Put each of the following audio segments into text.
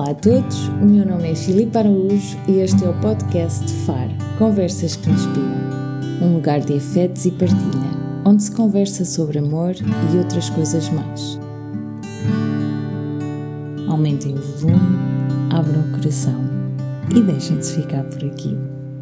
Olá a todos, o meu nome é Filipe Araújo e este é o podcast FAR, Conversas que Inspiram. Um lugar de afetos e partilha, onde se conversa sobre amor e outras coisas mais. Aumentem o volume, abram o coração e deixem-se ficar por aqui.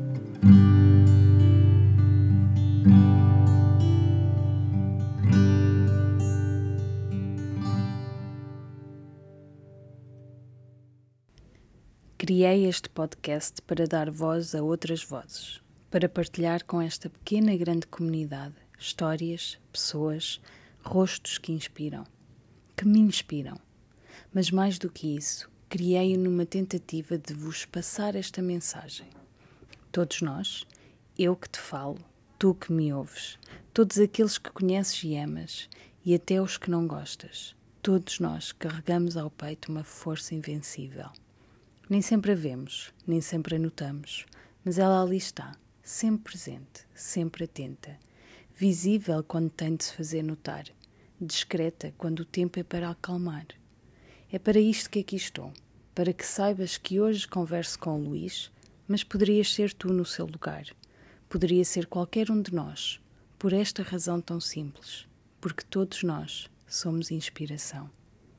Criei este podcast para dar voz a outras vozes, para partilhar com esta pequena e grande comunidade histórias, pessoas, rostos que inspiram, que me inspiram. Mas mais do que isso, criei-o numa tentativa de vos passar esta mensagem. Todos nós, eu que te falo, tu que me ouves, todos aqueles que conheces e amas, e até os que não gostas, todos nós carregamos ao peito uma força invencível. Nem sempre a vemos, nem sempre a notamos, mas ela ali está, sempre presente, sempre atenta, visível quando tem de se fazer notar, discreta quando o tempo é para acalmar. É para isto que aqui estou, para que saibas que hoje converso com o Luís, mas poderias ser tu no seu lugar, poderia ser qualquer um de nós, por esta razão tão simples, porque todos nós somos inspiração.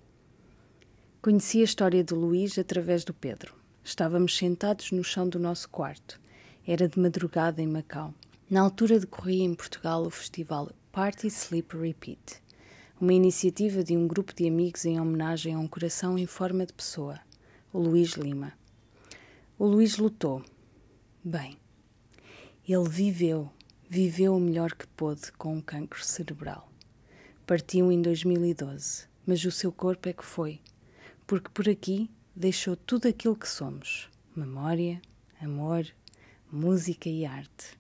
Conheci a história de Luís através do Pedro. Estávamos sentados no chão do nosso quarto. Era de madrugada em Macau. Na altura decorria em Portugal o festival Party Sleep Repeat, uma iniciativa de um grupo de amigos em homenagem a um coração em forma de pessoa, o Luís Lima. O Luís lutou. Bem, ele viveu o melhor que pôde com um cancro cerebral. Partiu em 2012, mas o seu corpo é que foi, porque por aqui deixou tudo aquilo que somos: memória, amor, música e arte.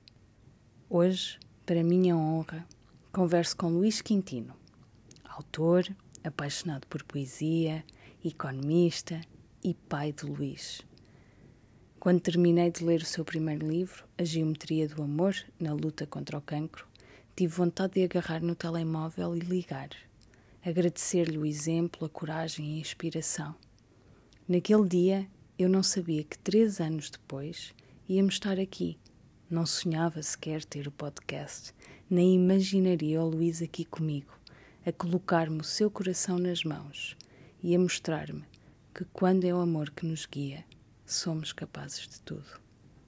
Hoje, para minha honra, converso com Luís Quintino, autor, apaixonado por poesia, economista e pai de Luís. Quando terminei de ler o seu primeiro livro, A Geometria do Amor na Luta contra o Cancro, tive vontade de agarrar no telemóvel e ligar. Agradecer-lhe o exemplo, a coragem e a inspiração. Naquele dia, eu não sabia que 3 anos depois íamos estar aqui. Não sonhava sequer ter o podcast, nem imaginaria o Luís aqui comigo, a colocar-me o seu coração nas mãos e a mostrar-me que quando é o amor que nos guia, somos capazes de tudo.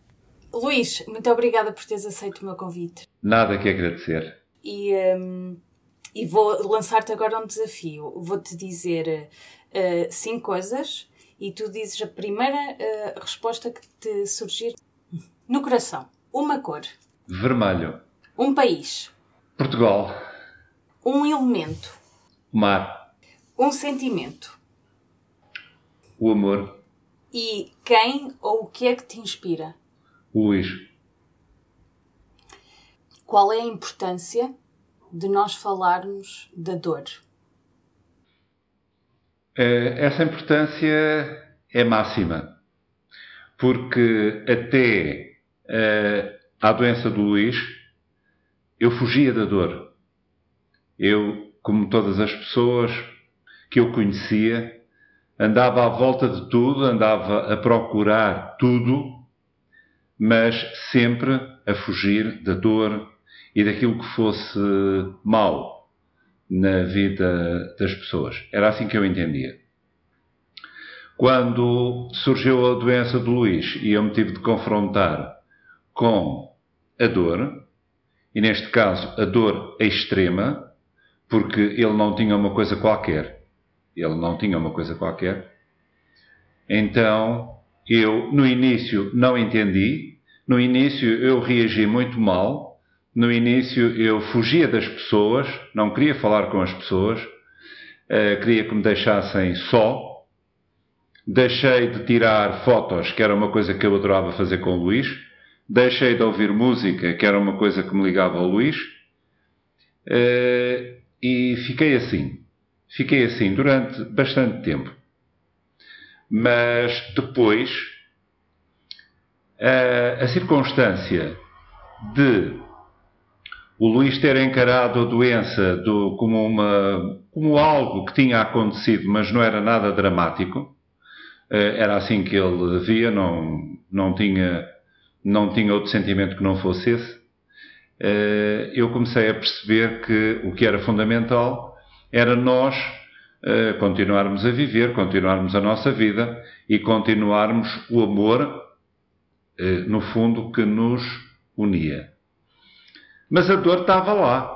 Luís, muito obrigada por teres aceito o meu convite. Nada que agradecer. E vou lançar-te agora um desafio. Vou-te dizer 5 coisas e tu dizes a primeira resposta que te surgir no coração. Uma cor. Vermelho. Um país. Portugal. Um elemento. Mar. Um sentimento. O amor. E quem ou o que é que te inspira? O Luís. Qual é a importância de nós falarmos da dor? Essa importância é máxima, porque até à doença do Luís eu fugia da dor. Eu, como todas as pessoas que eu conhecia, andava à volta de tudo, andava a procurar tudo, mas sempre a fugir da dor e daquilo que fosse mau na vida das pessoas. Era assim que eu entendia. Quando surgiu a doença do Luís e eu me tive de confrontar com a dor, e neste caso a dor extrema, porque ele não tinha uma coisa qualquer. Então, eu no início não entendi, no início eu reagi muito mal. No início eu fugia das pessoas, não queria falar com as pessoas, queria que me deixassem só. Deixei de tirar fotos, que era uma coisa que eu adorava fazer com o Luís. Deixei de ouvir música, que era uma coisa que me ligava ao Luís. E fiquei assim durante bastante tempo. Mas depois, a circunstância de o Luís ter encarado a doença como algo que tinha acontecido, mas não era nada dramático, era assim que ele via, não tinha outro sentimento que não fosse esse. Eu comecei a perceber que o que era fundamental era nós continuarmos a viver, continuarmos a nossa vida e continuarmos o amor, no fundo, que nos unia. Mas a dor estava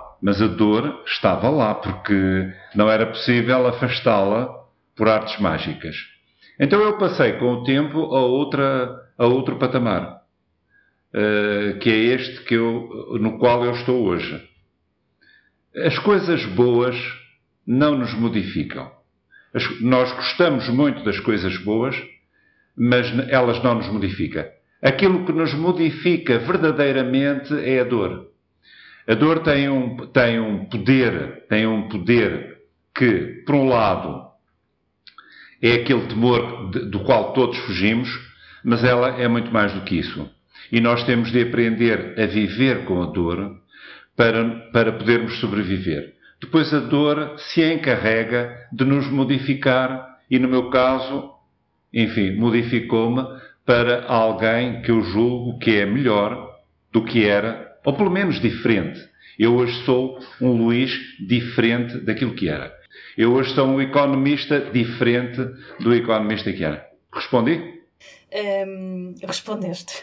lá, porque não era possível afastá-la por artes mágicas. Então eu passei com o tempo a outro patamar, que é este no qual eu estou hoje. As coisas boas não nos modificam. Nós gostamos muito das coisas boas, mas elas não nos modificam. Aquilo que nos modifica verdadeiramente é a dor. A dor tem um poder que, por um lado, é aquele temor do qual todos fugimos, mas ela é muito mais do que isso. E nós temos de aprender a viver com a dor para podermos sobreviver. Depois a dor se encarrega de nos modificar e, no meu caso, enfim, modificou-me para alguém que eu julgo que é melhor do que era, ou pelo menos diferente. Eu hoje sou um Luís diferente daquilo que era. Eu hoje sou um economista diferente do economista que era. Respondi? Respondeste.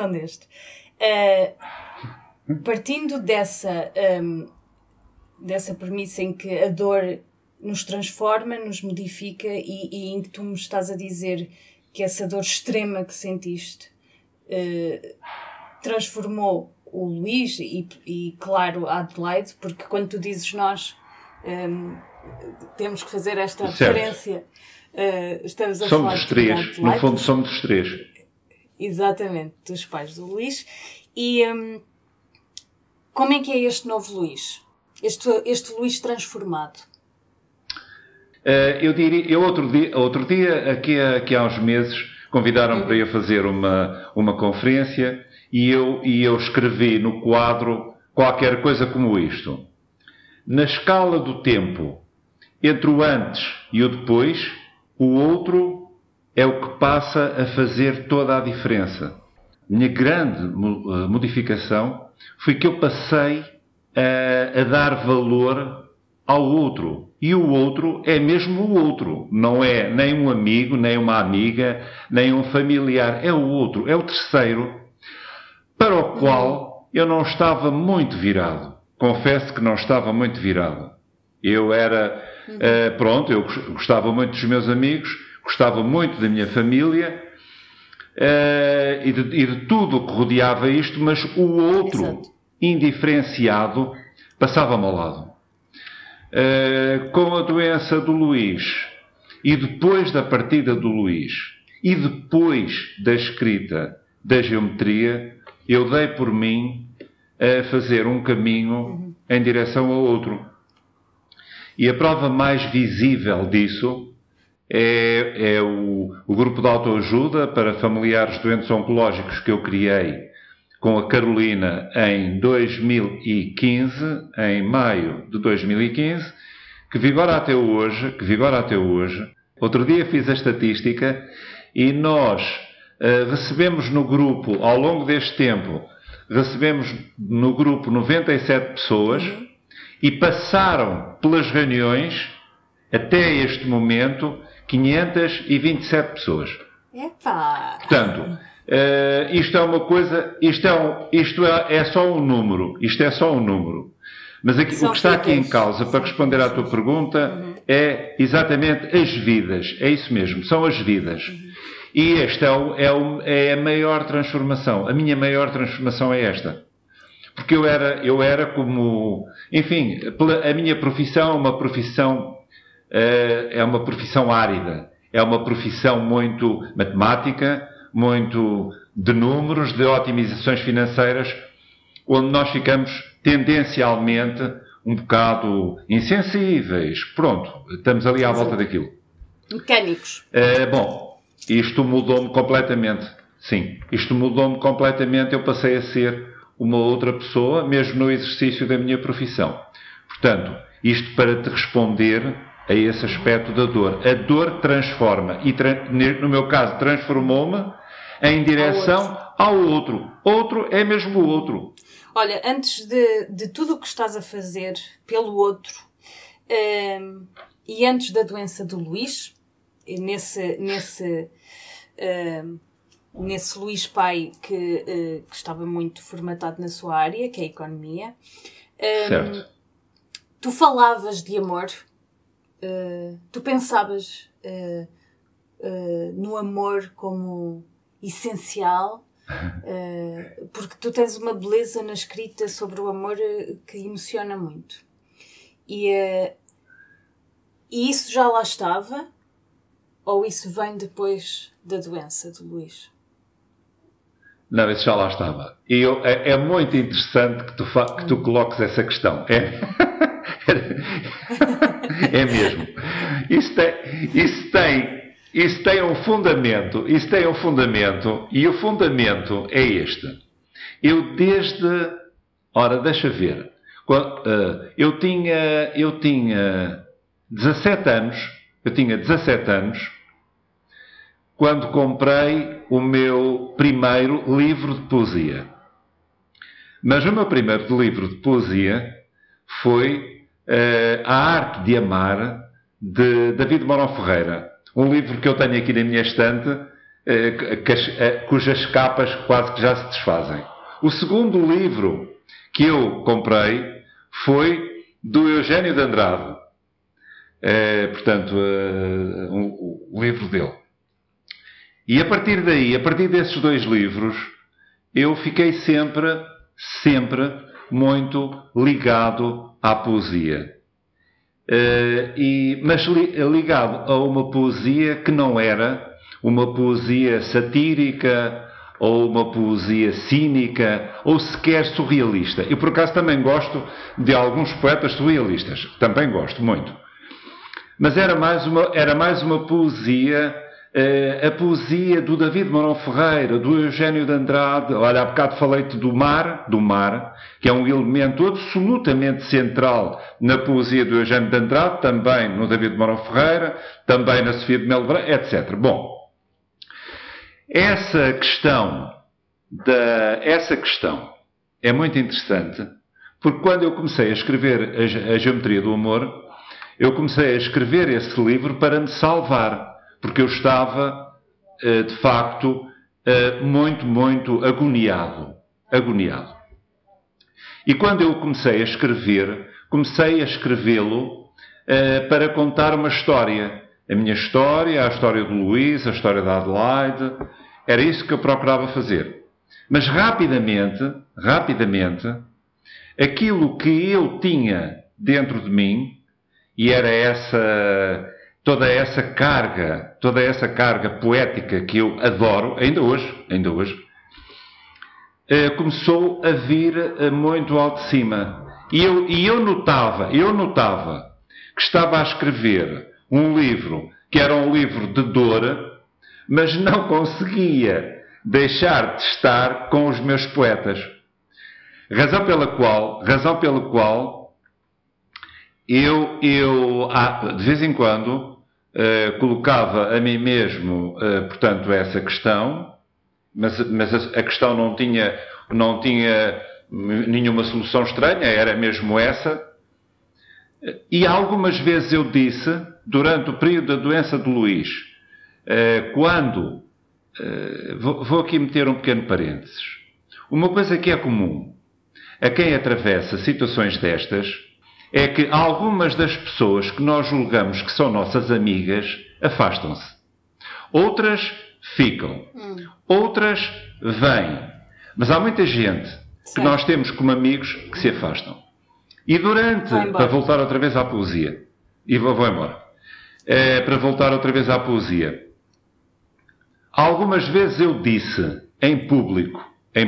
Partindo dessa premissa em que a dor nos transforma, nos modifica e em que tu me estás a dizer que essa dor extrema que sentiste transformou o Luís e claro, a Adelaide, porque quando tu dizes nós temos que fazer esta referência, estamos a falar dos três, Adelaide, no fundo somos os três. Exatamente, dos pais do Luís. E como é que é este novo Luís? Este Luís transformado? Eu outro dia aqui há uns meses, convidaram-me para ir fazer uma conferência e eu escrevi no quadro qualquer coisa como isto. Na escala do tempo, entre o antes e o depois, o outro é o que passa a fazer toda a diferença. Minha grande modificação foi que eu passei a dar valor ao outro. E o outro é mesmo o outro. Não é nem um amigo, nem uma amiga, nem um familiar. É o outro, é o terceiro, para o qual eu não estava muito virado. Confesso que não estava muito virado. Eu era, eu gostava muito dos meus amigos, gostava muito da minha família e de tudo o que rodeava isto, mas o outro, exato, indiferenciado, passava-me ao lado. Com a doença do Luís e depois da partida do Luís e depois da escrita da geometria, eu dei por mim a fazer um caminho em direção ao outro. E a prova mais visível disso é o grupo de autoajuda para familiares doentes oncológicos que eu criei com a Carolina em 2015, em maio de 2015, que vigora até hoje. Outro dia fiz a estatística e nós recebemos no grupo, ao longo deste tempo, recebemos no grupo 97 pessoas e passaram pelas reuniões, até este momento, 527 pessoas. Epá! Portanto, isto é uma coisa, isto é só um número, Mas aqui, o que está aqui em causa, para responder à tua pergunta, é exatamente as vidas. É isso mesmo, são as vidas. E esta é a maior transformação. A minha maior transformação é esta. Porque eu era como... Enfim, a minha profissão é uma profissão árida. É uma profissão muito matemática, muito de números, de otimizações financeiras, onde nós ficamos tendencialmente um bocado insensíveis. Pronto, estamos ali à volta daquilo. Mecânicos. Isto mudou-me completamente. Sim, isto mudou-me completamente. Eu passei a ser uma outra pessoa, mesmo no exercício da minha profissão. Portanto, isto para te responder a esse aspecto da dor. A dor transforma, e no meu caso transformou-me em direção ao outro. Outro é mesmo o outro. Olha, antes de tudo o que estás a fazer pelo outro, e antes da doença do Luís, nesse Luís pai que estava muito formatado na sua área, que é a economia, Certo. Tu falavas de amor, tu pensavas no amor como essencial, porque tu tens uma beleza na escrita sobre o amor que emociona muito. E isso já lá estava? Ou isso vem depois da doença do Luís? Não, isso já lá estava. E é muito interessante que tu coloques essa questão. É mesmo. Isso tem um fundamento. Isso tem um fundamento. E o fundamento é este. Eu Ora, deixa ver. Eu tinha 17 anos. Eu tinha 17 anos quando comprei o meu primeiro livro de poesia. Mas o meu primeiro livro de poesia foi A Arte de Amar, de David Mourão Ferreira. Um livro que eu tenho aqui na minha estante, cujas capas quase que já se desfazem. O segundo livro que eu comprei foi do Eugênio de Andrade. Portanto, o livro dele. E a partir daí, a partir desses dois livros, eu fiquei sempre muito ligado à poesia. Mas ligado a uma poesia que não era uma poesia satírica, ou uma poesia cínica, ou sequer surrealista. Eu, por acaso, também gosto de alguns poetas surrealistas. Também gosto muito. Mas era mais uma poesia... a poesia do David Mourão Ferreira, do Eugênio de Andrade. Olha, há bocado falei-te do mar, que é um elemento absolutamente central na poesia do Eugênio de Andrade, também no David Mourão Ferreira, também na Sofia de Melo Branco, etc. Bom, essa questão é muito interessante, porque quando eu comecei a escrever a Geometria do Amor, eu comecei a escrever esse livro para me salvar. Porque eu estava, de facto, muito, muito agoniado. E quando eu comecei a escrevê-lo para contar uma história. A minha história, a história do Luís, a história da Adelaide. Era isso que eu procurava fazer. Mas rapidamente, aquilo que eu tinha dentro de mim, e era toda essa carga poética que eu adoro, ainda hoje, começou a vir muito ao de cima. E eu notava que estava a escrever um livro que era um livro de dor, mas não conseguia deixar de estar com os meus poetas. Razão pela qual eu de vez em quando colocava a mim mesmo, portanto, essa questão, mas a questão não tinha nenhuma solução estranha, era mesmo essa. E algumas vezes eu disse, durante o período da doença de Luís, vou aqui meter um pequeno parênteses. Uma coisa que é comum a quem atravessa situações destas é que algumas das pessoas que nós julgamos que são nossas amigas afastam-se. Outras ficam. Outras vêm. Mas há muita gente que nós temos como amigos que se afastam. E para voltar outra vez à poesia. E vou embora. Para voltar outra vez à poesia. Algumas vezes eu disse em público,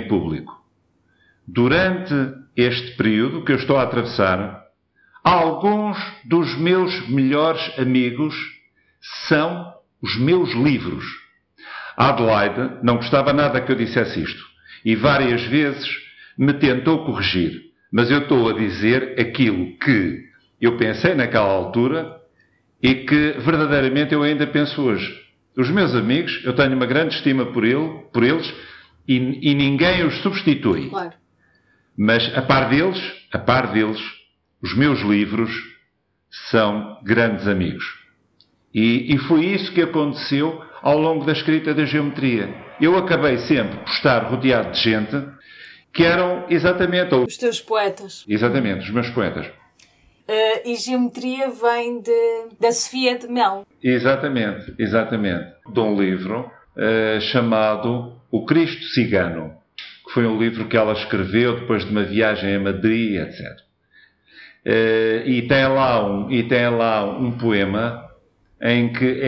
durante este período que eu estou a atravessar, alguns dos meus melhores amigos são os meus livros. A Adelaide não gostava nada que eu dissesse isto. E várias vezes me tentou corrigir. Mas eu estou a dizer aquilo que eu pensei naquela altura e que verdadeiramente eu ainda penso hoje. Os meus amigos, eu tenho uma grande estima por eles e ninguém os substitui. Claro. Mas a par deles, os meus livros são grandes amigos. E foi isso que aconteceu ao longo da escrita da geometria. Eu acabei sempre por estar rodeado de gente que eram exatamente... Os teus poetas. Exatamente, os meus poetas. E geometria vem da Sofia de Mel. Exatamente. De um livro chamado O Cristo Cigano, que foi um livro que ela escreveu depois de uma viagem a Madrid, etc. E tem lá um poema em que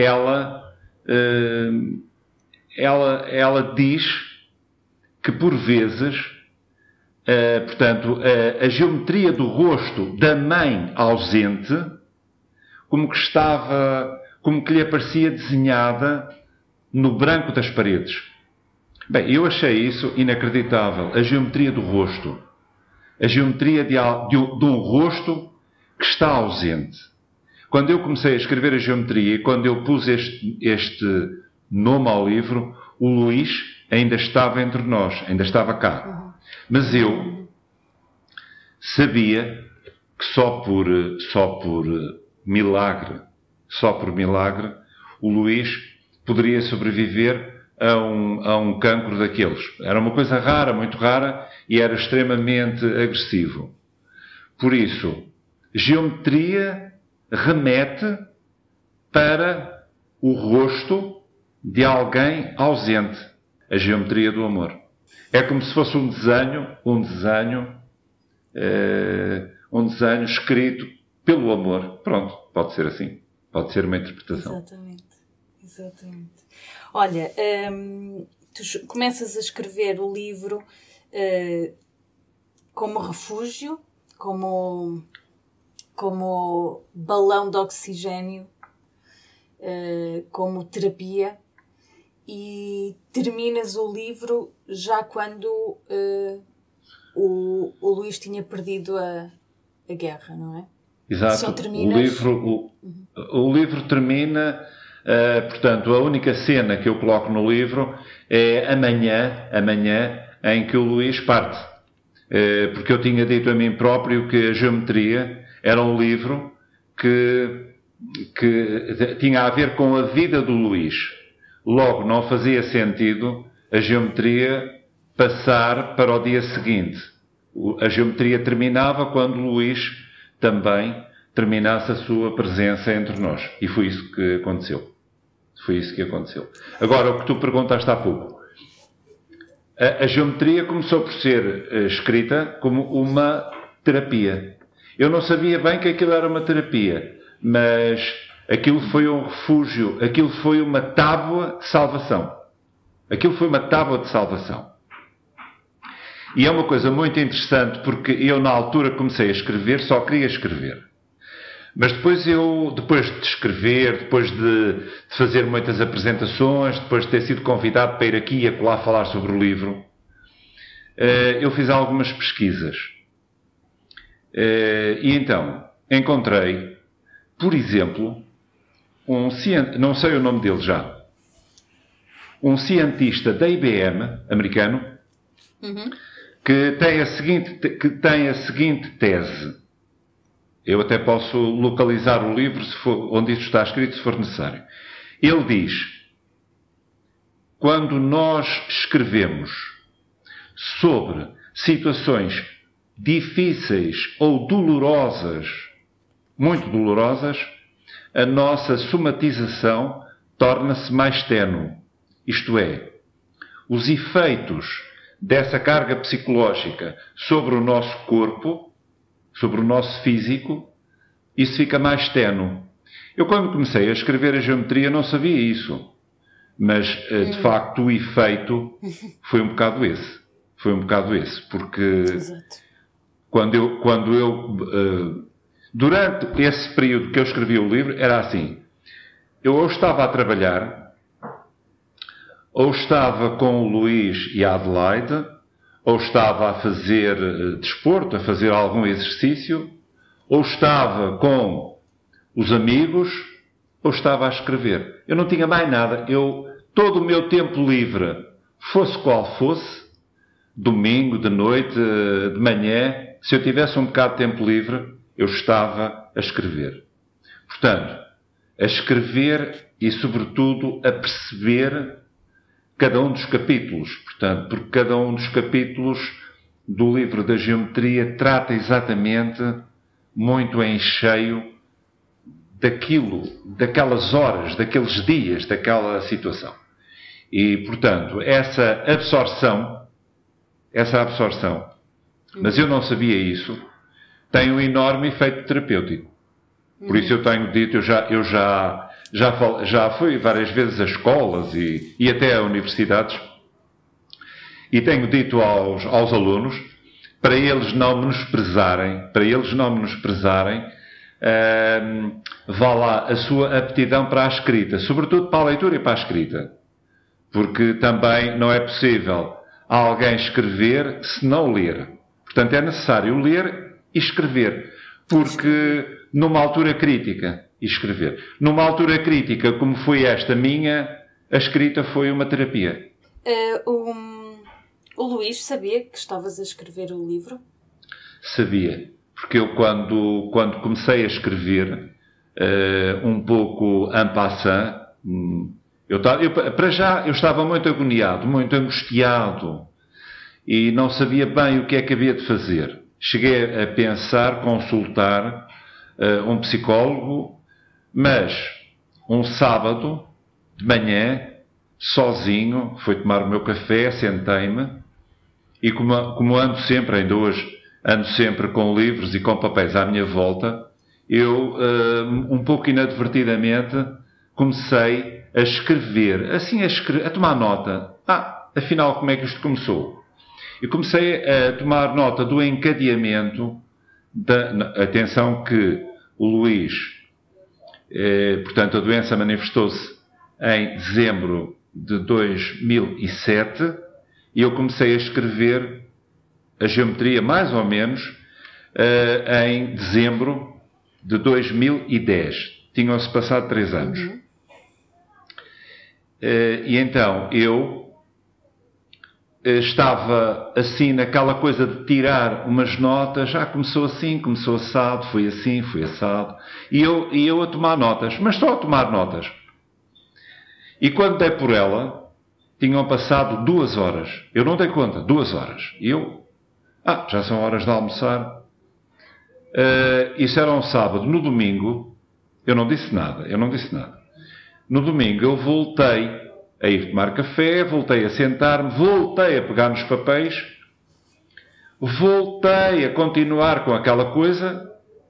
ela diz que por vezes, portanto, a geometria do rosto da mãe ausente, como que lhe aparecia desenhada no branco das paredes. Bem, eu achei isso inacreditável. A geometria do rosto. A geometria de um rosto que está ausente. Quando eu comecei a escrever a geometria e quando eu pus este nome ao livro, o Luís ainda estava entre nós, ainda estava cá. Mas eu sabia que só por milagre, o Luís poderia sobreviver a um cancro daqueles. Era uma coisa rara, muito rara, e era extremamente agressivo. Por isso, geometria remete para o rosto de alguém ausente. A geometria do amor. É como se fosse um desenho escrito pelo amor. Pronto, pode ser assim. Pode ser uma interpretação. Exatamente. Olha, tu começas a escrever o livro como refúgio, como balão de oxigênio, como terapia, e terminas o livro já quando o Luís tinha perdido a guerra, não é? Exato. Só terminas... O livro termina, portanto, a única cena que eu coloco no livro é amanhã em que o Luís parte. Porque eu tinha dito a mim próprio que a geometria era um livro que tinha a ver com a vida do Luís. Logo, não fazia sentido a geometria passar para o dia seguinte. A geometria terminava quando o Luís também terminasse a sua presença entre nós. E foi isso que aconteceu. Agora, o que tu perguntaste há pouco. A geometria começou por ser escrita como uma terapia. Eu não sabia bem que aquilo era uma terapia, mas aquilo foi um refúgio, aquilo foi uma tábua de salvação. E é uma coisa muito interessante, porque eu na altura comecei a escrever, só queria escrever. Mas depois de escrever, depois de fazer muitas apresentações, depois de ter sido convidado para ir aqui e acolá falar sobre o livro, eu fiz algumas pesquisas. E então, encontrei, por exemplo, não sei o nome dele já, um cientista da IBM, americano, que tem a seguinte tese. Eu até posso localizar o livro onde isto está escrito, se for necessário. Ele diz: quando nós escrevemos sobre situações difíceis ou dolorosas, muito dolorosas, a nossa somatização torna-se mais ténue. Isto é, os efeitos dessa carga psicológica sobre o nosso corpo, sobre o nosso físico, isso fica mais ténue. Eu, quando comecei a escrever a geometria, não sabia isso. Mas, de facto, o efeito foi um bocado esse. Porque quando eu durante esse período que eu escrevi o livro, era assim. Eu ou estava a trabalhar, ou estava com o Luís e a Adelaide, ou estava a fazer desporto, a fazer algum exercício, ou estava com os amigos, ou estava a escrever. Eu não tinha mais nada. Todo o meu tempo livre, fosse qual fosse, domingo, de noite, de manhã, se eu tivesse um bocado de tempo livre, eu estava a escrever. Portanto, a escrever e, sobretudo, a perceber cada um dos capítulos. Portanto, porque cada um dos capítulos do livro da geometria trata exatamente, muito em cheio, daquelas horas, daqueles dias, daquela situação. E, portanto, essa absorção, mas eu não sabia isso, tem um enorme efeito terapêutico. Por isso eu tenho dito, eu já fui várias vezes a escolas e até a universidades, e tenho dito aos alunos, para eles não menosprezarem, vá lá a sua aptidão para a escrita, sobretudo para a leitura e para a escrita. Porque também não é possível alguém escrever se não ler. Portanto, é necessário ler e escrever. Porque numa altura crítica, Numa altura crítica, como foi esta minha, a escrita foi uma terapia. O Luís sabia que estavas a escrever o livro? Sabia. Porque eu, quando comecei a escrever, um pouco en passant, para já eu estava muito agoniado, muito angustiado e não sabia bem o que é que havia de fazer. Cheguei a pensar consultar um psicólogo, mas um sábado de manhã, sozinho, fui tomar o meu café, sentei-me e como ando sempre, ainda hoje, ando sempre com livros e com papéis à minha volta, eu, um pouco inadvertidamente, comecei a escrever, a tomar nota. Afinal, como é que isto começou? E comecei a tomar nota do encadeamento atenção que o Luís, portanto, a doença manifestou-se em dezembro de 2007 e eu comecei a escrever a geometria, mais ou menos, em dezembro de 2010. Tinham-se passado 3 anos. E então eu estava assim naquela coisa de tirar umas notas, começou assim, começou assado, foi assim, foi assado. E eu a tomar notas, mas só a tomar notas. E quando dei por ela, tinham passado 2 horas. Eu não dei conta, 2 horas. E eu, já são horas de almoçar. Isso era um sábado. No domingo, eu não disse nada. No domingo eu voltei a ir tomar café, voltei a sentar-me, voltei a pegar nos papéis, voltei a continuar com aquela coisa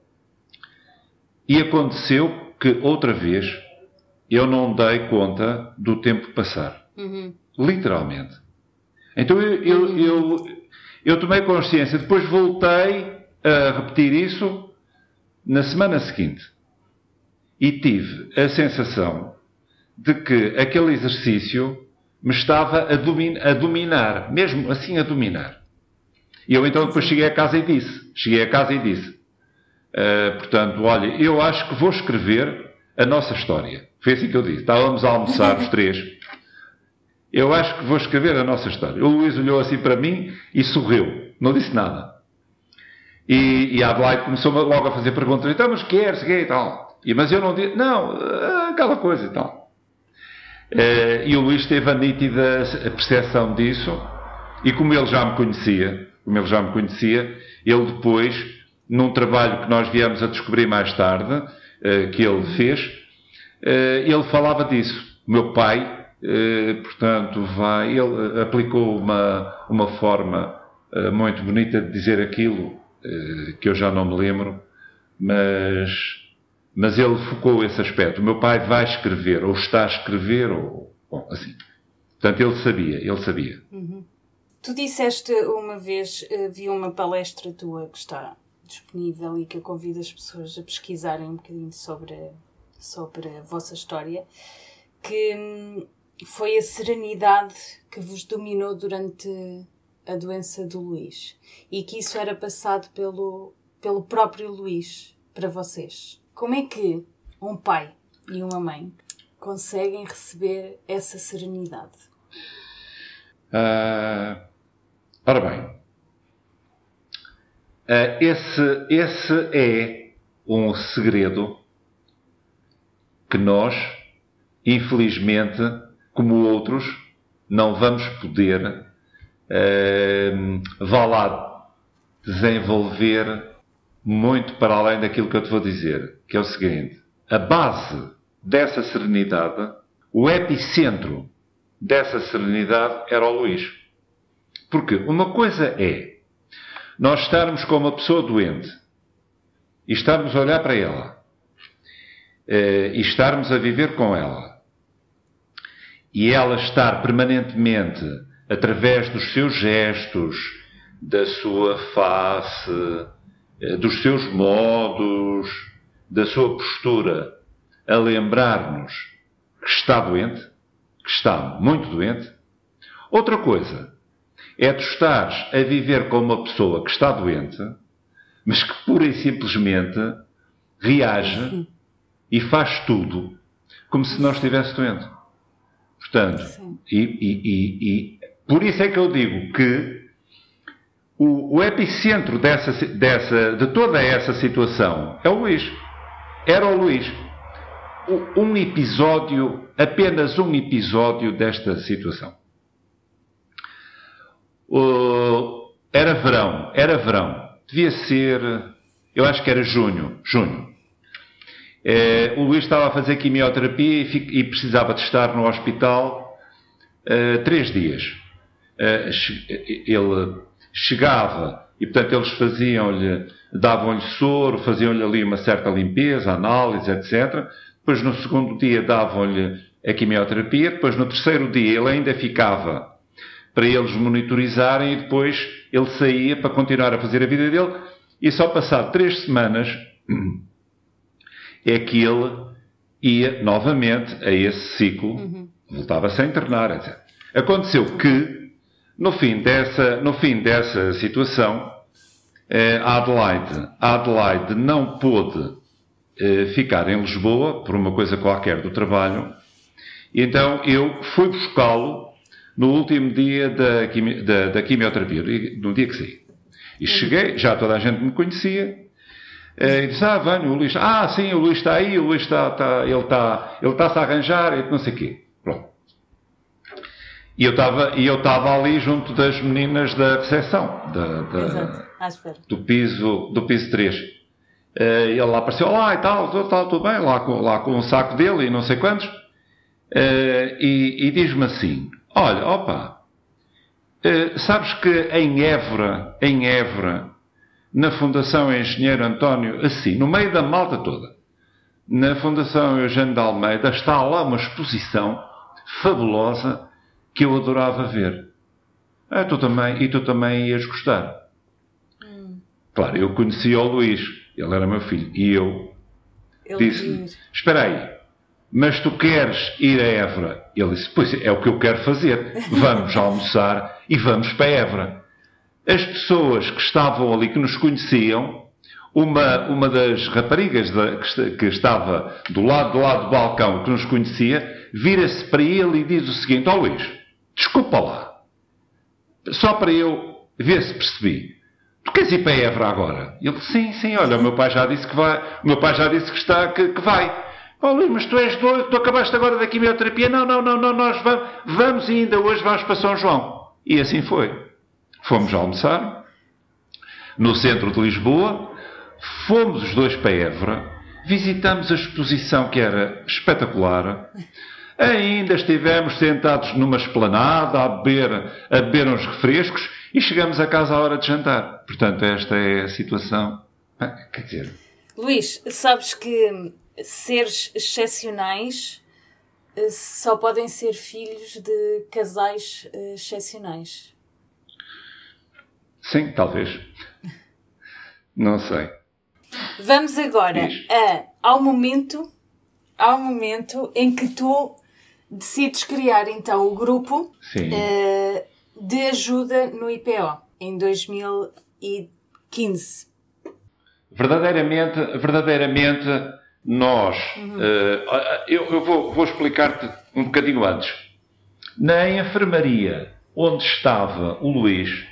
e aconteceu que outra vez eu não dei conta do tempo passar. Literalmente. Então eu tomei consciência, depois voltei a repetir isso na semana seguinte e tive a sensação de que aquele exercício me estava a dominar, mesmo assim a dominar. E eu então depois cheguei a casa e disse, portanto, olha, eu acho que vou escrever a nossa história. Foi assim que eu disse. Estávamos a almoçar os 3. Eu acho que vou escrever a nossa história. O Luís olhou assim para mim e sorriu. Não disse nada. E a Adelaide começou logo a fazer perguntas. Então, mas queres, e tal? Mas eu não disse, não, aquela coisa e tal. E o Luís teve a nítida percepção disso, e como ele já me conhecia, ele depois, num trabalho que nós viemos a descobrir mais tarde, que ele fez, ele falava disso. O meu pai, portanto, ele aplicou uma forma muito bonita de dizer aquilo, que eu já não me lembro, mas ele focou esse aspecto. O meu pai vai escrever, ou está a escrever, ou bom, assim. Portanto, ele sabia. Tu disseste uma vez, vi uma palestra tua que está disponível e que eu convido as pessoas a pesquisarem um bocadinho sobre a vossa história, que foi a serenidade que vos dominou durante a doença do Luís e que isso era passado pelo próprio Luís para vocês. Como é que um pai e uma mãe conseguem receber essa serenidade? Ora bem, esse é um segredo que nós, infelizmente, como outros, não vamos poder vá lá desenvolver muito para além daquilo que eu te vou dizer, que é o seguinte: a base dessa serenidade, o epicentro dessa serenidade era o Luís. Porque uma coisa é nós estarmos com uma pessoa doente e estarmos a olhar para ela e estarmos a viver com ela e ela estar permanentemente, através dos seus gestos, da sua face, dos seus modos, da sua postura, a lembrar-nos que está doente, que está muito doente. Outra coisa é tu estares a viver com uma pessoa que está doente, mas que pura e simplesmente reage e faz tudo como se não estivesse doente. Portanto, e por isso é que eu digo que o epicentro de toda essa situação é o Luís. Era o Luís. Apenas um episódio desta situação. Era verão. Devia ser, eu acho que era junho. O Luís estava a fazer quimioterapia e precisava de estar no hospital 3 dias. Ele chegava e, portanto, eles davam-lhe soro, faziam-lhe ali uma certa limpeza, análise, etc. Depois, no segundo dia, davam-lhe a quimioterapia. Depois, no terceiro dia, ele ainda ficava para eles monitorizarem e depois ele saía para continuar a fazer a vida dele. E só passado 3 semanas é que ele ia novamente a esse ciclo, voltava-se a internar, etc. Aconteceu que, no fim dessa situação, a Adelaide não pôde ficar em Lisboa, por uma coisa qualquer do trabalho, e então eu fui buscá-lo no último dia da quimioterapia, no dia que saí. E cheguei, já toda a gente me conhecia, e disse: venho, o Luís. Sim, o Luís está aí, o Luís ele está-se a arranjar, e não sei o quê. Pronto. E eu estava ali junto das meninas da recepção, do piso 3. Ele lá apareceu lá e tal, tudo bem, lá com o saco dele e não sei quantos, e diz-me assim: olha, sabes que em Évora, na Fundação Engenheiro António, assim, no meio da malta toda, na Fundação Eugênio de Almeida, está lá uma exposição fabulosa que eu adorava ver. Tu também ias gostar. Claro, eu conhecia o Luís, ele era meu filho, e eu disse-lhe: espera aí, mas tu queres ir a Évora? Ele disse: pois é o que eu quero fazer, vamos almoçar e vamos para Évora. As pessoas que estavam ali, que nos conheciam, uma das raparigas que estava do lado do balcão, que nos conhecia, vira-se para ele e diz o seguinte: Luís, desculpa lá, só para eu ver se percebi, tu queres ir para Évora agora? Ele disse: sim, olha, o meu pai já disse que vai, o meu pai já disse que vai. Luís, mas tu és doido, tu acabaste agora da quimioterapia. Não, nós vamos e ainda hoje vamos para São João. E assim foi. Fomos almoçar no centro de Lisboa, fomos os dois para Évora, visitamos a exposição, que era espetacular. Ainda estivemos sentados numa esplanada a beber uns refrescos e chegamos a casa à hora de jantar. Portanto, esta é a situação. Quer dizer... Luís, sabes que seres excepcionais só podem ser filhos de casais excepcionais. Sim, talvez. Não sei. Vamos agora ao momento em que tu decides criar então o grupo de ajuda no IPO em 2015. Verdadeiramente nós... eu vou explicar-te um bocadinho antes. Na enfermaria onde estava o Luís,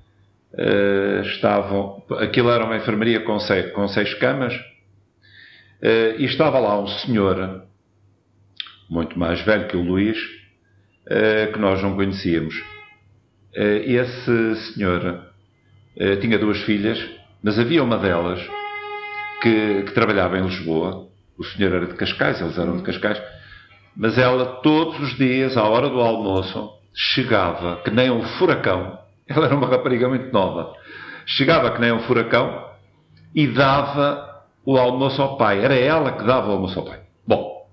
aquilo era uma enfermaria com 6 camas, e estava lá um senhor, muito mais velho que o Luís, que nós não conhecíamos. Esse senhor tinha 2 filhas, mas havia uma delas que trabalhava em Lisboa. O senhor era de Cascais, eles eram de Cascais, mas ela todos os dias, à hora do almoço, chegava que nem um furacão. Ela era uma rapariga muito nova. Chegava que nem um furacão e dava o almoço ao pai. Era ela que dava o almoço ao pai. Bom,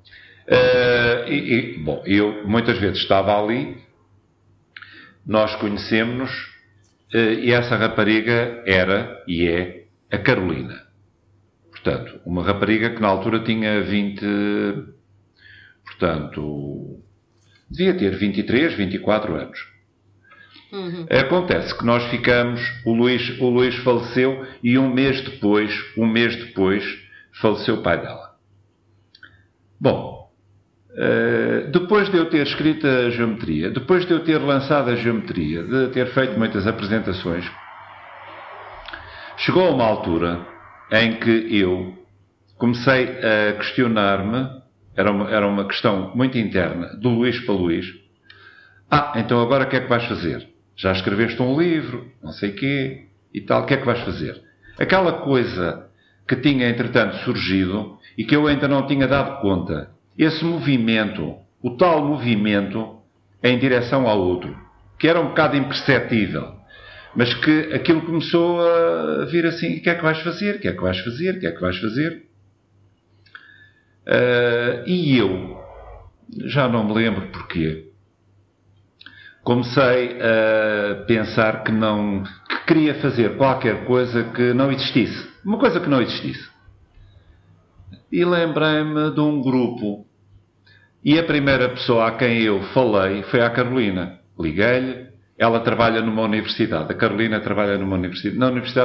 eu muitas vezes estava ali, nós conhecemos-nos, e essa rapariga era e é a Carolina. Portanto, uma rapariga que na altura tinha 20... Portanto, devia ter 23, 24 anos. Acontece que nós ficamos... O Luís faleceu e um mês depois, faleceu o pai dela. Bom, depois de eu ter escrito a geometria, depois de eu ter lançado a geometria, de ter feito muitas apresentações, chegou a uma altura em que eu comecei a questionar-me, era uma questão muito interna, do Luís para Luís. Então agora o que é que vais fazer? Já escreveste um livro, não sei quê, e tal, o que é que vais fazer? Aquela coisa que tinha, entretanto, surgido e que eu ainda não tinha dado conta, esse movimento, o tal movimento em direção ao outro, que era um bocado imperceptível, mas que aquilo começou a vir assim: o que é que vais fazer? O que é que vais fazer? O que é que vais fazer? E eu, já não me lembro porquê, comecei a pensar que queria fazer qualquer coisa que não existisse. Uma coisa que não existisse. E lembrei-me de um grupo. E a primeira pessoa a quem eu falei foi a Carolina. Liguei-lhe. Ela trabalha numa universidade. A Carolina trabalha numa universidade.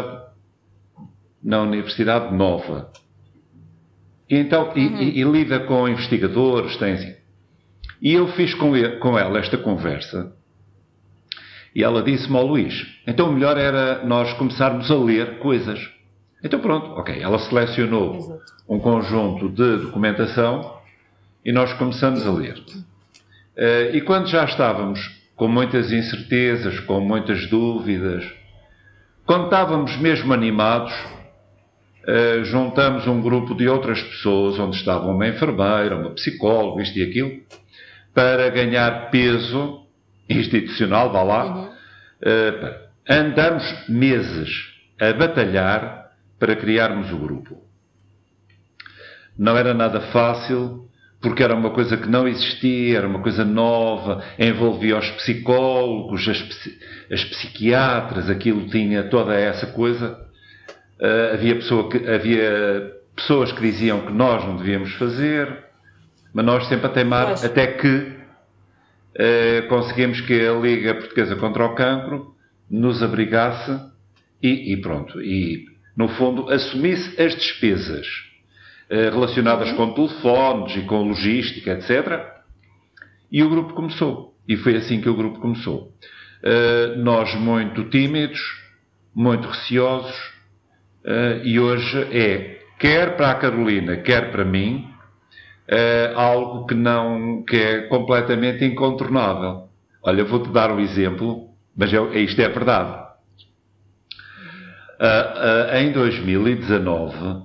Na Universidade Nova. E então, e lida com investigadores, tem assim. E eu fiz com ela esta conversa. E ela disse-me ao Luís: então o melhor era nós começarmos a ler coisas. Então pronto, ok. Ela selecionou um conjunto de documentação e nós começamos a ler. E quando já estávamos com muitas incertezas, com muitas dúvidas, quando estávamos mesmo animados, juntamos um grupo de outras pessoas, onde estava uma enfermeira, uma psicóloga, isto e aquilo, para ganhar peso institucional, vá lá. Andamos meses a batalhar para criarmos o grupo. Não era nada fácil, porque era uma coisa que não existia, era uma coisa nova, envolvia os psicólogos, as psiquiatras, aquilo tinha toda essa coisa. Havia pessoas que diziam que nós não devíamos fazer, mas nós sempre a teimar, até que conseguimos que a Liga Portuguesa contra o Cancro nos abrigasse e pronto. E, no fundo, assumisse as despesas relacionadas com telefones e com logística, etc. E o grupo começou. E foi assim que o grupo começou. Nós muito tímidos, muito receosos, e hoje quer para a Carolina, quer para mim, algo que é completamente incontornável. Olha, vou-te dar um exemplo, mas isto é verdade. Em 2019,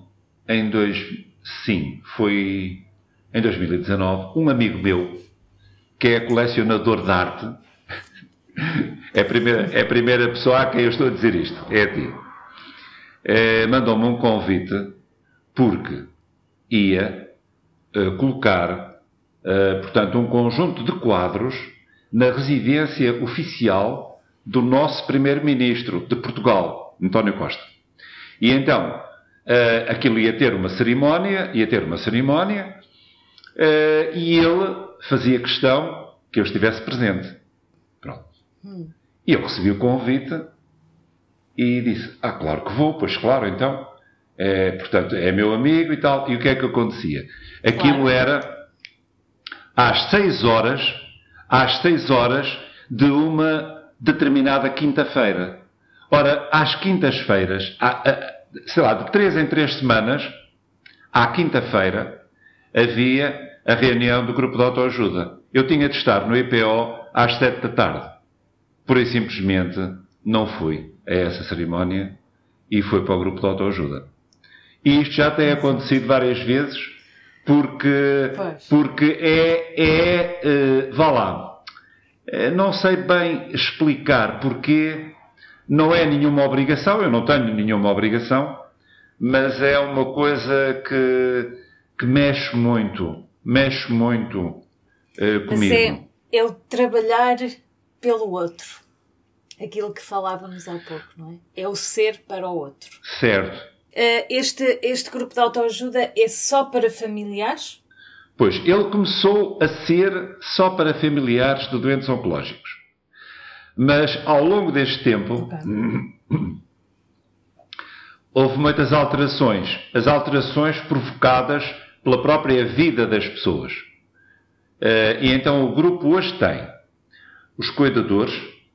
foi em 2019, um amigo meu, que é colecionador de arte, é a primeira pessoa a quem eu estou a dizer isto, é a ti, mandou-me um convite, porque ia colocar, portanto, um conjunto de quadros na residência oficial do nosso primeiro-ministro de Portugal, António Costa. E então, aquilo ia ter uma cerimónia, e ele fazia questão que eu estivesse presente. Pronto. E eu recebi o convite e disse: claro que vou, pois claro, então. Portanto, é meu amigo e tal. E o que é que acontecia? Aquilo era às 6 horas de uma determinada quinta-feira. Ora, às quintas-feiras, sei lá, de 3 em 3 semanas, à quinta-feira, havia a reunião do grupo de autoajuda. Eu tinha de estar no IPO às 7 da tarde. Pura e simplesmente não fui a essa cerimónia e fui para o grupo de autoajuda. E isto já tem acontecido várias vezes, porque vá lá, não sei bem explicar porque não é nenhuma obrigação, eu não tenho nenhuma obrigação, mas é uma coisa que mexe muito comigo. Mas é ele trabalhar pelo outro. Aquilo que falávamos há pouco, não é? É o ser para o outro. Certo. Este grupo de autoajuda é só para familiares? Pois, ele começou a ser só para familiares de doentes oncológicos. Mas, ao longo deste tempo, houve muitas alterações. As alterações provocadas pela própria vida das pessoas. E então o grupo hoje tem os cuidadores,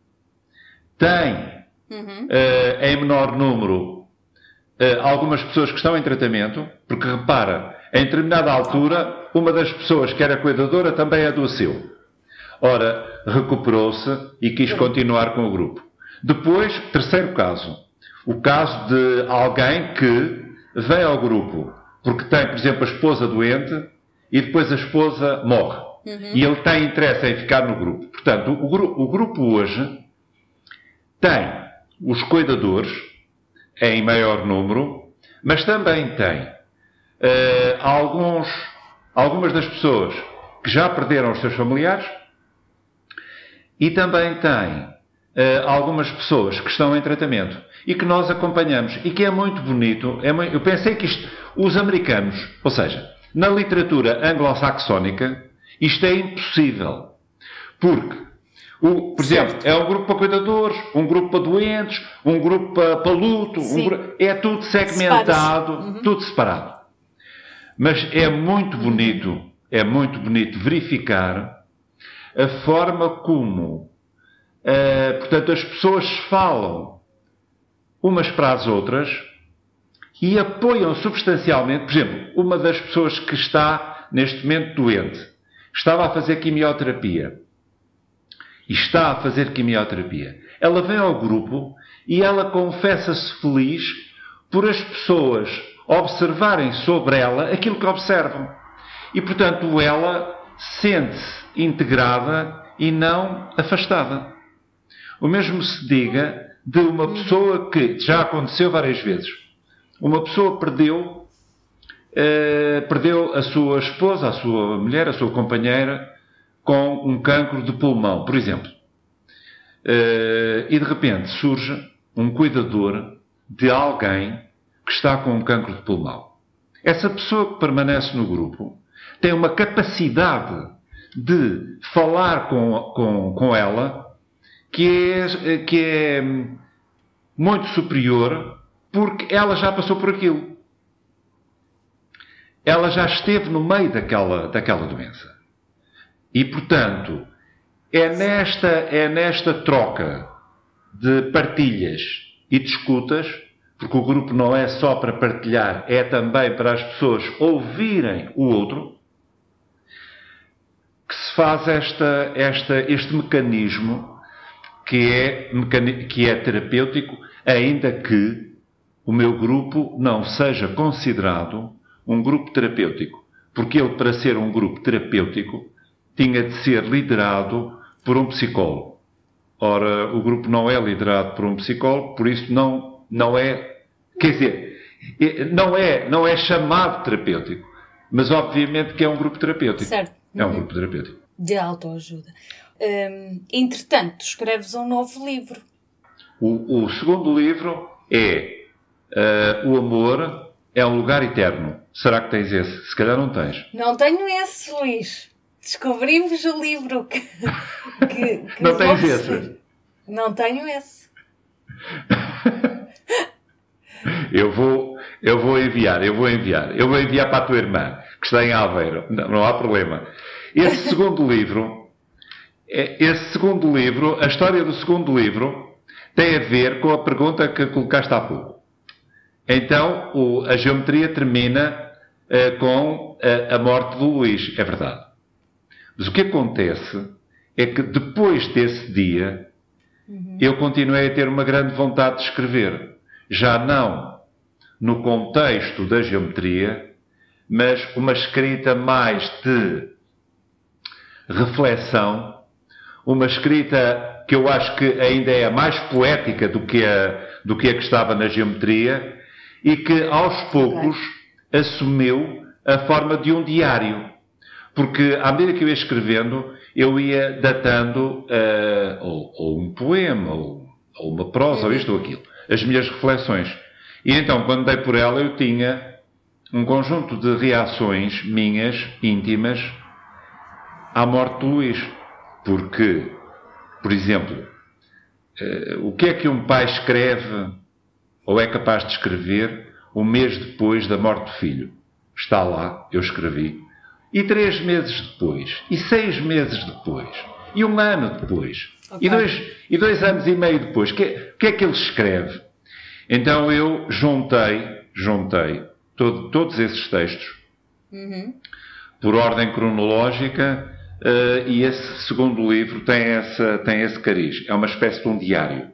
tem, em menor número, algumas pessoas que estão em tratamento, porque repara, em determinada altura, uma das pessoas que era cuidadora também adoeceu. Ora, recuperou-se e quis continuar com o grupo. Depois, terceiro caso. O caso de alguém que vem ao grupo porque tem, por exemplo, a esposa doente e depois a esposa morre. E ele tem interesse em ficar no grupo. Portanto, o grupo hoje tem os cuidadores em maior número, mas também tem algumas das pessoas que já perderam os seus familiares e também tem algumas pessoas que estão em tratamento e que nós acompanhamos e que é muito bonito. Eu pensei que os americanos, ou seja, na literatura anglo-saxónica, isto é impossível. Porque, por exemplo, é um grupo para cuidadores, um grupo para doentes, um grupo para luto, é tudo segmentado, tudo separado. Mas é muito bonito verificar a forma como, portanto, as pessoas falam umas para as outras e apoiam substancialmente. Por exemplo, uma das pessoas que está neste momento doente, estava a fazer quimioterapia. E está a fazer quimioterapia. Ela vem ao grupo e ela confessa-se feliz por as pessoas observarem sobre ela aquilo que observam. E, portanto, ela sente-se integrada e não afastada. O mesmo se diga de uma pessoa que já aconteceu várias vezes. Uma pessoa perdeu a sua esposa, a sua mulher, a sua companheira com um cancro de pulmão, por exemplo. E de repente surge um cuidador de alguém que está com um cancro de pulmão. Essa pessoa que permanece no grupo tem uma capacidade de falar com ela que é muito superior porque ela já passou por aquilo. Ela já esteve no meio daquela doença. E, portanto, é nesta troca de partilhas e de escutas, porque o grupo não é só para partilhar, é também para as pessoas ouvirem o outro, que se faz este mecanismo que é terapêutico, ainda que o meu grupo não seja considerado um grupo terapêutico. Porque ele, para ser um grupo terapêutico, tinha de ser liderado por um psicólogo. Ora, o grupo não é liderado por um psicólogo, por isso não é, quer dizer, não é chamado terapêutico, mas obviamente que é um grupo terapêutico. Certo. É um grupo terapêutico. De autoajuda. Entretanto, escreves um novo livro. O segundo livro é O Amor é um Lugar Eterno. Será que tens esse? Se calhar não tens. Não tenho esse, Luís. Descobrimos o livro que não tens esse? Não tenho esse. Eu vou Eu vou enviar. Eu vou enviar para a tua irmã, que está em Aveiro. Não há problema. Esse segundo livro, a história do segundo livro, tem a ver com a pergunta que colocaste há pouco. Então, a geometria termina com a morte do Luís. É verdade. Mas o que acontece é que depois desse dia, eu continuei a ter uma grande vontade de escrever. Já não no contexto da geometria, mas uma escrita mais de reflexão, uma escrita que eu acho que ainda é a mais poética do que a que estava na geometria e que aos poucos assumiu a forma de um diário. Porque à medida que eu ia escrevendo, eu ia datando ou um poema, ou uma prosa, ou isto ou aquilo, as minhas reflexões. E então, quando dei por ela, eu tinha um conjunto de reações minhas, íntimas, à morte do Luís. Porque, por exemplo, o que é que um pai escreve, ou é capaz de escrever, um mês depois da morte do filho? Está lá, eu escrevi. E 3 meses depois, e 6 meses depois, e 1 ano depois, e 2 anos e meio depois, o que é que ele escreve? Então eu juntei todos esses textos por ordem cronológica, e esse segundo livro tem esse cariz. É uma espécie de um diário.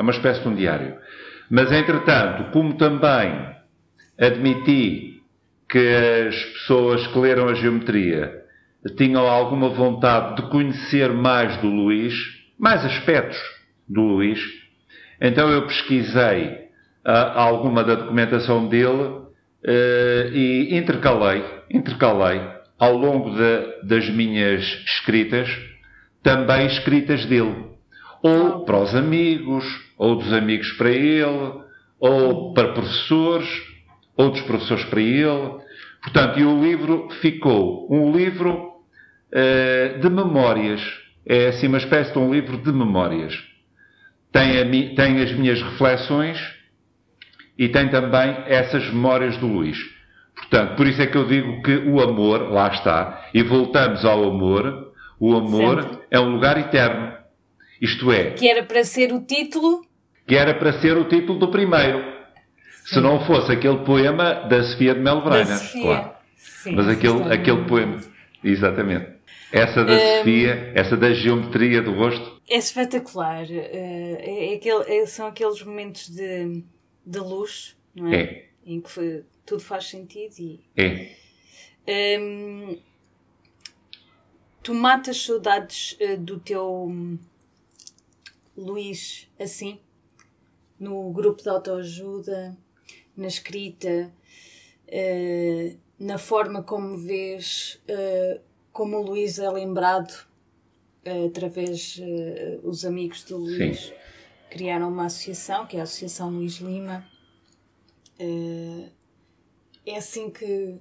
Mas, entretanto, como também admiti que as pessoas que leram a geometria tinham alguma vontade de conhecer mais do Luís, mais aspectos do Luís, então eu pesquisei alguma da documentação dele e intercalei ao longo das minhas escritas, também escritas dele. Ou para os amigos, ou dos amigos para ele, ou para professores, ou dos professores para ele. Portanto, e o livro ficou um livro de memórias. É assim uma espécie de um livro de memórias. Tem as minhas reflexões e tem também essas memórias do Luís. Portanto, por isso é que eu digo que o amor, lá está, e voltamos ao amor, o amor sempre é um lugar eterno. Isto é... Que era para ser o título... Que era para ser o título do primeiro. Sim. Se não fosse aquele poema da Sofia de Melo Braga, claro. Sim, mas aquele poema, exatamente. Essa da Sofia, essa da geometria do rosto. É espetacular. São aqueles momentos de luz, não é? É. Em que tudo faz sentido e... É. Tu matas saudades do teu Luís assim? No grupo de autoajuda, na escrita, na forma como vês como o Luís é lembrado através os amigos do Luís. Sim. Criaram uma associação, que é a Associação Luís Lima. É assim que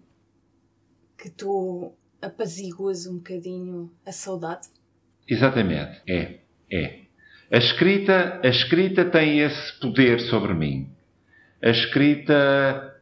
tu apaziguas um bocadinho a saudade? Exatamente, é. A escrita tem esse poder sobre mim. A escrita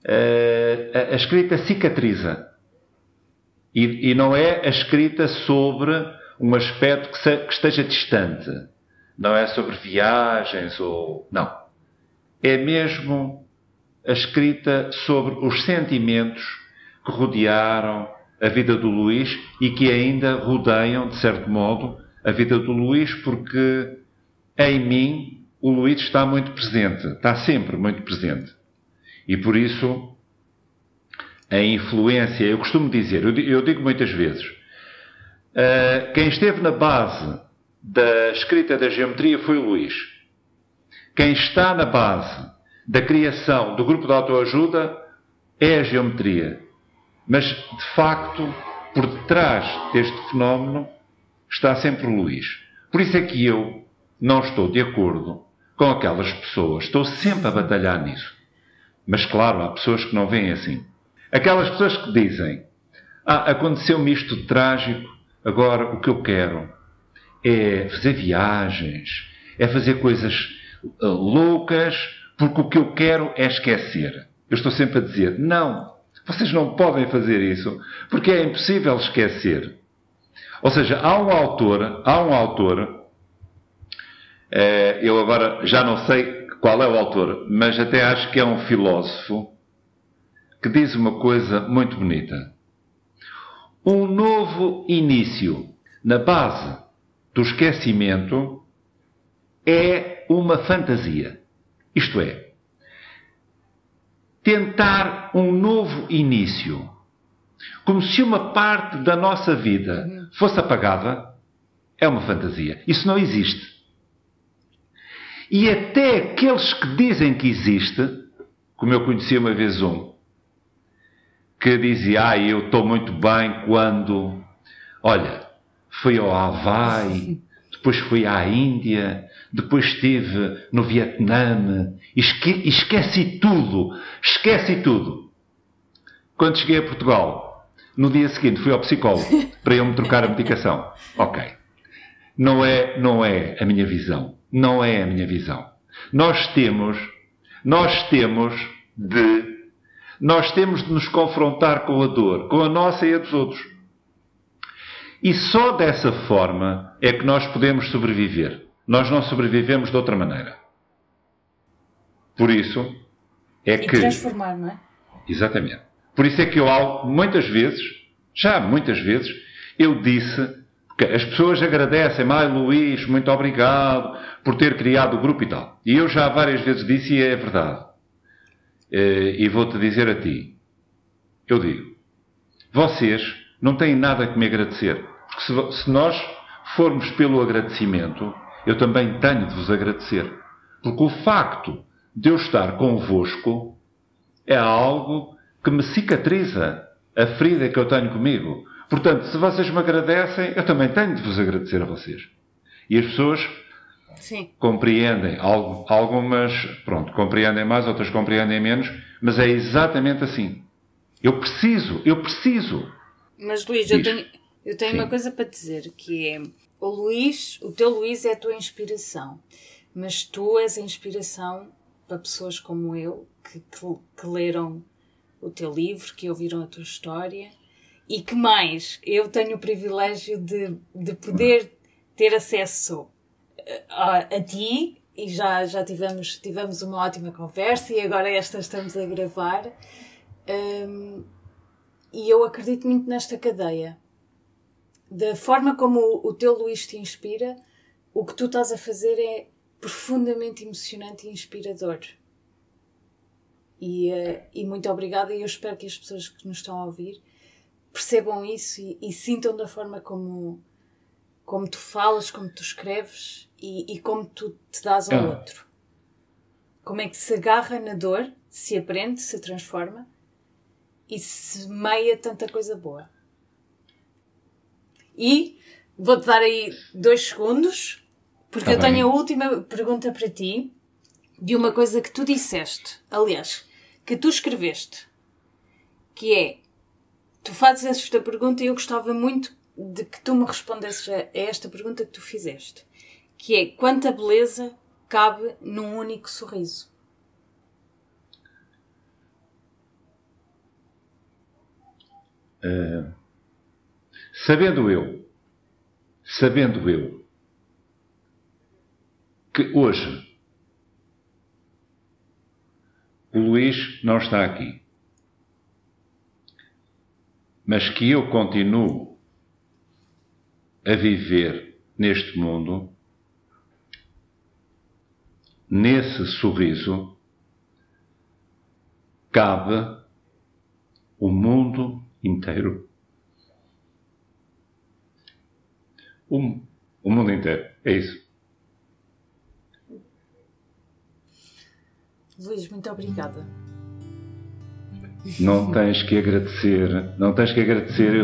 cicatriza. E não é a escrita sobre um aspecto que esteja distante. Não é sobre viagens ou... Não. É mesmo a escrita sobre os sentimentos que rodearam a vida do Luís e que ainda rodeiam, de certo modo, a vida do Luís, porque em mim o Luís está muito presente. Está sempre muito presente. E por isso a influência... Eu costumo dizer, eu digo muitas vezes, quem esteve na base da escrita da geometria foi o Luís. Quem está na base da criação do grupo de autoajuda é a geometria. Mas, de facto, por detrás deste fenómeno está sempre o Luís. Por isso é que eu não estou de acordo com aquelas pessoas. Estou sempre a batalhar nisso. Mas, claro, há pessoas que não veem assim. Aquelas pessoas que dizem: aconteceu-me isto de trágico, agora o que eu quero é fazer viagens, é fazer coisas loucas, porque o que eu quero é esquecer. Eu estou sempre a dizer, não, vocês não podem fazer isso, porque é impossível esquecer. Ou seja, há um autor, eu agora já não sei qual é o autor, mas até acho que é um filósofo, que diz uma coisa muito bonita. Um novo início na base do esquecimento é uma fantasia. Isto é, tentar um novo início, como se uma parte da nossa vida fosse apagada, é uma fantasia. Isso não existe. E até aqueles que dizem que existe, como eu conheci uma vez que dizia, eu estou muito bem quando, olha, fui ao Havaí, depois fui à Índia, depois estive no Vietnã, esqueci tudo. Quando cheguei a Portugal, no dia seguinte fui ao psicólogo para ele me trocar a medicação. Ok. Não é a minha visão. Não é a minha visão. Nós temos de nos confrontar com a dor, com a nossa e a dos outros. E só dessa forma é que nós podemos sobreviver. Nós não sobrevivemos de outra maneira. Por isso é que... E transformar, não é? Exatamente. Por isso é que muitas vezes, eu disse que as pessoas agradecem-me, Luís, muito obrigado por ter criado o grupo e tal. E eu já várias vezes disse, e é verdade. E vou-te dizer a ti. Eu digo, vocês não têm nada que me agradecer. Porque se nós formos pelo agradecimento, eu também tenho de vos agradecer. Porque o facto de eu estar convosco é algo que me cicatriza a ferida que eu tenho comigo. Portanto, se vocês me agradecem, eu também tenho de vos agradecer a vocês. E as pessoas compreendem. Algumas, compreendem mais, outras compreendem menos, mas é exatamente assim. Eu preciso. Mas, Luís, eu tenho uma coisa para te dizer, que é, o teu Luís é a tua inspiração, mas tu és a inspiração para pessoas como eu, que leram o teu livro, que ouviram a tua história, e que mais, eu tenho o privilégio de poder ter acesso a ti, e já tivemos uma ótima conversa, e agora estamos a gravar, e eu acredito muito nesta cadeia. Da forma como o teu Luís te inspira, o que tu estás a fazer é profundamente emocionante e inspirador. E muito obrigada, e eu espero que as pessoas que nos estão a ouvir percebam isso e sintam da forma como tu falas, como tu escreves e como tu te dás ao outro. Como é que se agarra na dor, se aprende, se transforma e se semeia tanta coisa boa. E vou-te dar aí 2 segundos, porque eu tenho a última pergunta para ti, de uma coisa que tu disseste, aliás, que tu escreveste, que é, tu fazes esta pergunta e eu gostava muito de que tu me respondesses a esta pergunta que tu fizeste, que é, quanta beleza cabe num único sorriso? Sabendo eu que hoje o Luís não está aqui, mas que eu continuo a viver neste mundo, nesse sorriso cabe o mundo inteiro. O mundo inteiro. É isso. Luís, muito obrigada. Não tens que agradecer. Eu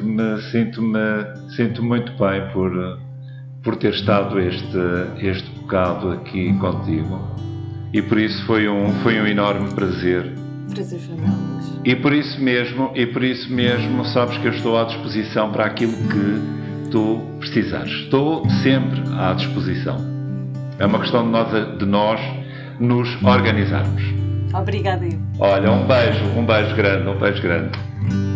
sinto muito bem por ter estado este bocado aqui contigo. E por isso foi um enorme prazer. Prazer foi meu, Luís. E por isso mesmo, sabes que eu estou à disposição para aquilo que tu precisares. Estou sempre à disposição. É uma questão de nós nos organizarmos. Obrigada, Ivo. Olha, um beijo grande, um beijo grande.